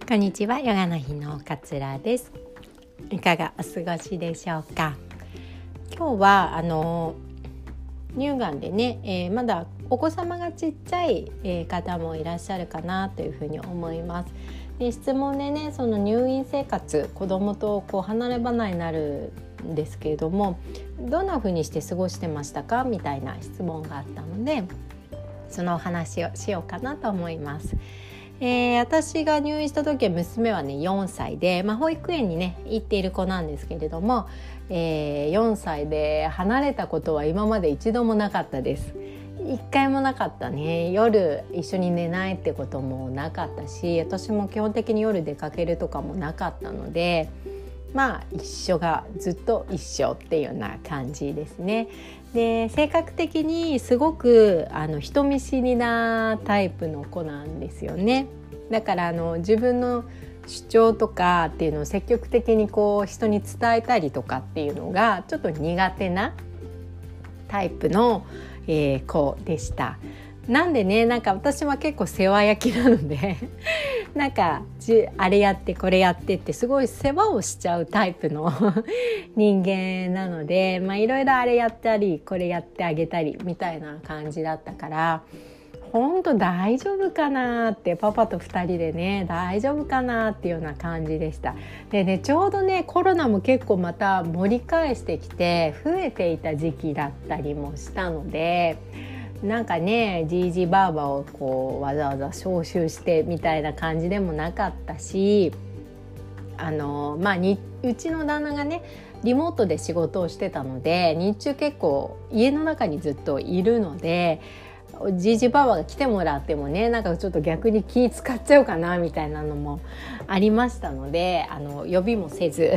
こんにちは、ヨガの日のかつらです。いかがお過ごしでしょうか。今日は乳がんでね、まだお子様がちっちゃい、方もいらっしゃるかなというふうに思います。で、質問でね、その入院生活、子供と離れ離れになるんですけれども、どんなふうにして過ごしてましたかみたいな質問があったので、そのお話をしようかなと思います。私が入院した時は娘はね4歳で、保育園にね行っている子なんですけれども、4歳で離れたことは今まで一度もなかったです。一回もなかったね。夜一緒に寝ないってこともなかったし、私も基本的に夜出かけるとかもなかったので、一緒がずっと一緒っていうような感じですね。で、性格的にすごく人見知りなタイプの子なんですよね。だから自分の主張とかっていうのを積極的に人に伝えたりとかっていうのがちょっと苦手なタイプの、子でした。なんでね、私は結構世話焼きなのであれやってこれやってってすごい世話をしちゃうタイプの人間なので、いろいろあれやったりこれやってあげたりみたいな感じだったから、本当大丈夫かなってパパと2人でね大丈夫かなっていうような感じでした。でね、ちょうどねコロナも結構また盛り返してきて増えていた時期だったりもしたので、じいじばあばをわざわざ招集してみたいな感じでもなかったし、うちの旦那がねリモートで仕事をしてたので、日中結構家の中にずっといるので、じいじばあばが来てもらってもねちょっと逆に気使っちゃうかなみたいなのもありましたので、呼びもせず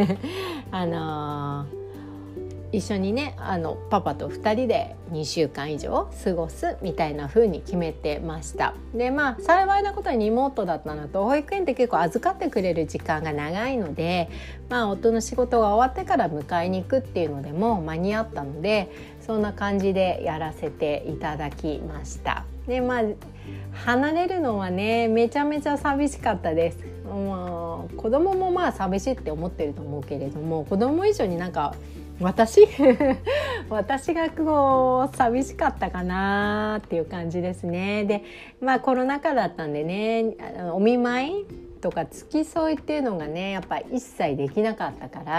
一緒にねパパと2人で2週間以上過ごすみたいな風に決めてました。で、幸いなことにリモートだったのと、保育園って結構預かってくれる時間が長いので、夫の仕事が終わってから迎えに行くっていうのでも間に合ったので、そんな感じでやらせていただきました。で、離れるのはねめちゃめちゃ寂しかったです。子供も寂しいって思ってると思うけれども、子供以上に私が寂しかったかなっていう感じですね。で、コロナ禍だったんでね、お見舞いとか付き添いっていうのがねやっぱり一切できなかったから、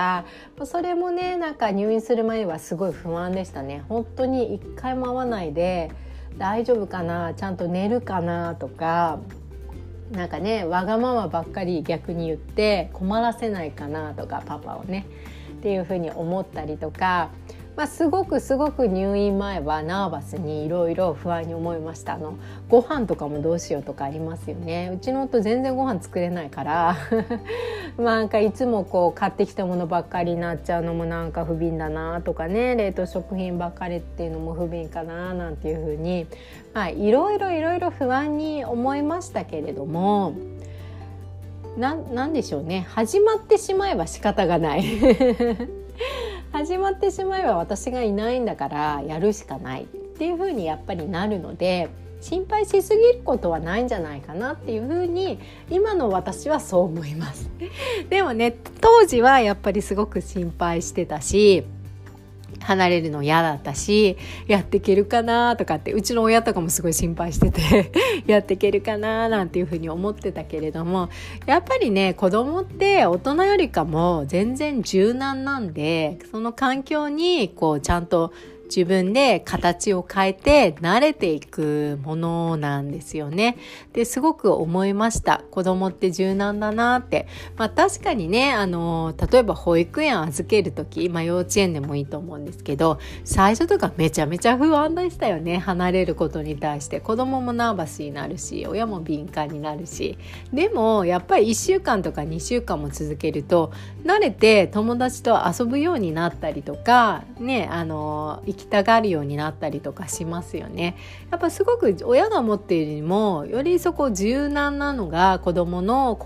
それもね入院する前はすごい不安でしたね。本当に一回も会わないで大丈夫かな、ちゃんと寝るかなとか、わがままばっかり逆に言って困らせないかなとか、パパをねっていうふうに思ったりとか、すごく入院前はナーバスにいろいろ不安に思いました。ご飯とかもどうしようとかありますよね。うちの夫全然ご飯作れないからいつも買ってきたものばっかりになっちゃうのも不憫だなとかね、冷凍食品ばっかりっていうのも不憫かななんていうふうにいろいろ不安に思いましたけれども、なんでしょうね、始まってしまえば仕方がない始まってしまえば私がいないんだからやるしかないっていう風にやっぱりなるので、心配しすぎることはないんじゃないかなっていう風に今の私はそう思いますでもね、当時はやっぱりすごく心配してたし、離れるの嫌だったし、やっていけるかなとかって、うちの親とかもすごい心配しててやっていけるかななんていうふうに思ってたけれども、やっぱりね子供って大人よりかも全然柔軟なんで、その環境にちゃんと自分で形を変えて慣れていくものなんですよね。ですごく思いました。子供って柔軟だなって。確かにね例えば保育園預けるとき、幼稚園でもいいと思うんですけど、最初とかめちゃめちゃ不安でしたよね。離れることに対して子供もナーバスになるし、親も敏感になるし、でもやっぱり1週間とか2週間も続けると慣れて友達と遊ぶようになったりとかね、行きたがるようになったりとかしますよね。やっぱすごく親が持っているよりもよりそこ柔軟なのが子供の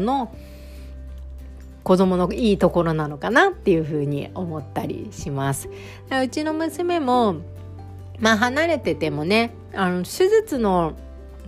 いいところなのかなっていうふうに思ったりします。うちの娘も離れててもね手術の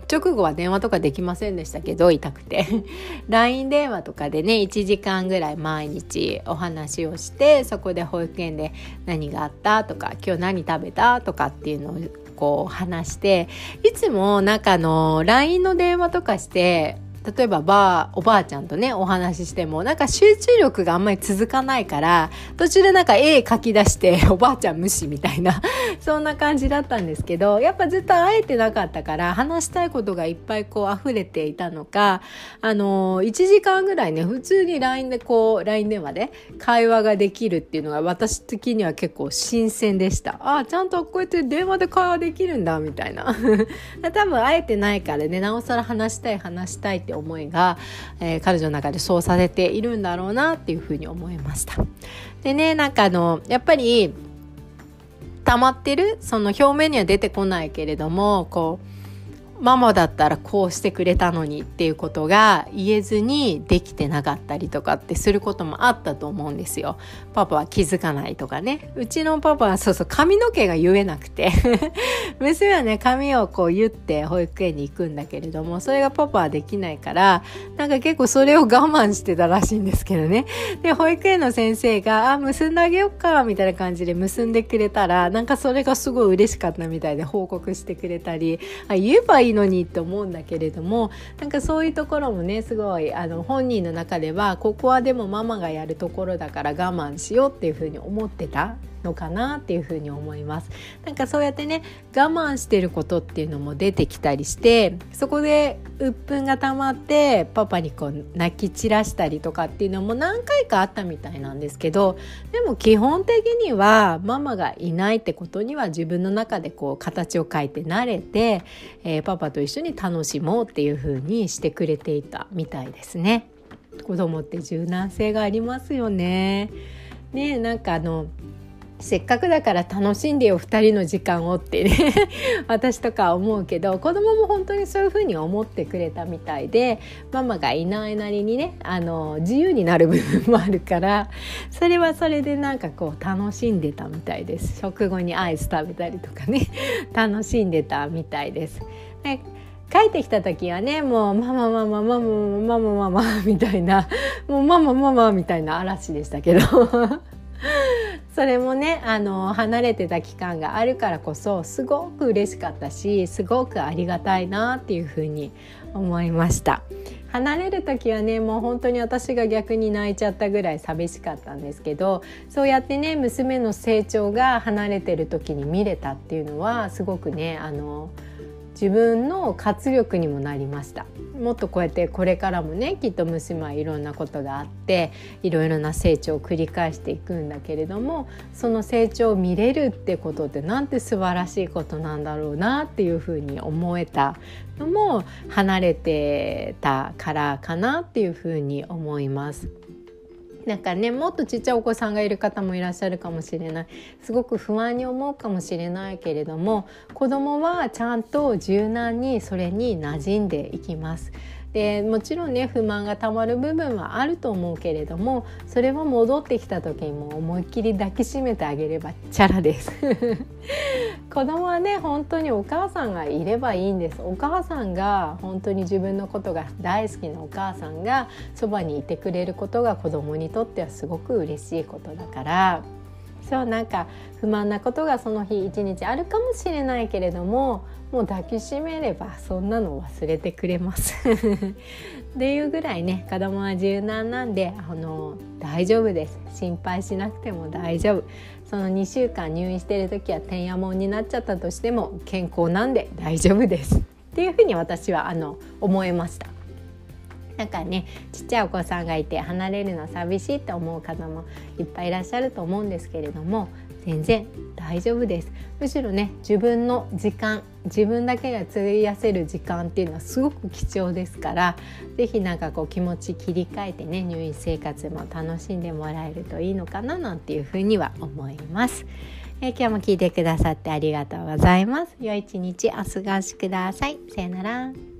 直後は電話とかできませんでしたけど、痛くてLINE 電話とかでね1時間ぐらい毎日お話をして、そこで保育園で何があったとか、今日何食べたとかっていうのをこう話して、いつもなんかLINE の電話とかして、例えばおばあちゃんとねお話ししてもなんか集中力があんまり続かないから、途中でなんか絵描き出しておばあちゃん無視みたいなそんな感じだったんですけど、やっぱずっと会えてなかったから話したいことがいっぱいこう溢れていたのか、1時間ぐらいね普通に LINE 電話で会話ができるっていうのが私的には結構新鮮でした。ちゃんとこうやって電話で会話できるんだみたいな多分会えてないからね、なおさら話したいって思いが、彼女の中でそうされているんだろうなっていうふうに思いました。でね、なんかやっぱり溜まってる、その表面には出てこないけれども、こうママだったらこうしてくれたのにっていうことが言えずにできてなかったりとかってすることもあったと思うんですよ。パパは気づかないとかね。うちのパパは髪の毛が言えなくて娘はね髪をこう言って保育園に行くんだけれども、それがパパはできないから、なんか結構それを我慢してたらしいんですけどね。で保育園の先生が結んであげようかみたいな感じで結んでくれたら、なんかそれがすごい嬉しかったみたいで報告してくれたり、言えばいいのにって思うんだけれども、なんかそういうところもねすごい本人の中ではここはでもママがやるところだから我慢しようっていうふうに思ってたのかなっていうふうに思います。なんかそうやってね我慢してることっていうのも出てきたりして、そこで鬱憤が溜まってパパにこう泣き散らしたりとかっていうのも何回かあったみたいなんですけど、でも基本的にはママがいないってことには自分の中でこう形を変えて慣れて、パパと一緒に楽しもうっていうふうにしてくれていたみたいですね。子供って柔軟性がありますよね。ね、なんかせっかくだから楽しんでよ2人の時間をってね私とか思うけど、子供も本当にそういうふうに思ってくれたみたいで、ママがいないなりにね自由になる部分もあるから、それはそれでなんかこう楽しんでたみたいです。食後にアイス食べたりとかね楽しんでたみたいです。帰ってきた時はね、もうママみたいな、もうママみたいな嵐でしたけどそれもね離れてた期間があるからこそすごく嬉しかったし、すごくありがたいなっていうふうに思いました。離れる時はねもう本当に私が逆に泣いちゃったぐらい寂しかったんですけど、そうやってね娘の成長が離れてる時に見れたっていうのはすごくね自分の活力にもなりました。もっとこうやってこれからもねきっと娘はいろんなことがあっていろいろな成長を繰り返していくんだけれども、その成長を見れるってことってなんて素晴らしいことなんだろうなっていうふうに思えたのも離れてたからかなっていうふうに思います。なんかねもっとちっちゃいお子さんがいる方もいらっしゃるかもしれない、すごく不安に思うかもしれないけれども、子供はちゃんと柔軟にそれに馴染んでいきます。でもちろんね不満がたまる部分はあると思うけれども、それも戻ってきた時にも思いっきり抱きしめてあげればチャラです子供はね本当にお母さんがいればいいんです。お母さんが本当に自分のことが大好きなお母さんがそばにいてくれることが子供にとってはすごく嬉しいことだから、そうなんか不満なことがその日一日あるかもしれないけれども、もう抱きしめればそんなの忘れてくれますっていうぐらいね子供は柔軟なんで大丈夫です。心配しなくても大丈夫。その2週間入院してる時はてんやもんになっちゃったとしても健康なんで大丈夫ですっていうふうに私は思いました。なんかねちっちゃいお子さんがいて離れるの寂しいって思う方もいっぱいいらっしゃると思うんですけれども、全然大丈夫です。むしろね自分の時間、自分だけが費やせる時間っていうのはすごく貴重ですから、ぜひなんかこう気持ち切り替えてね入院生活も楽しんでもらえるといいのかななんていうふうには思います。今日も聞いてくださってありがとうございます。良い一日お過ごしください。さよなら。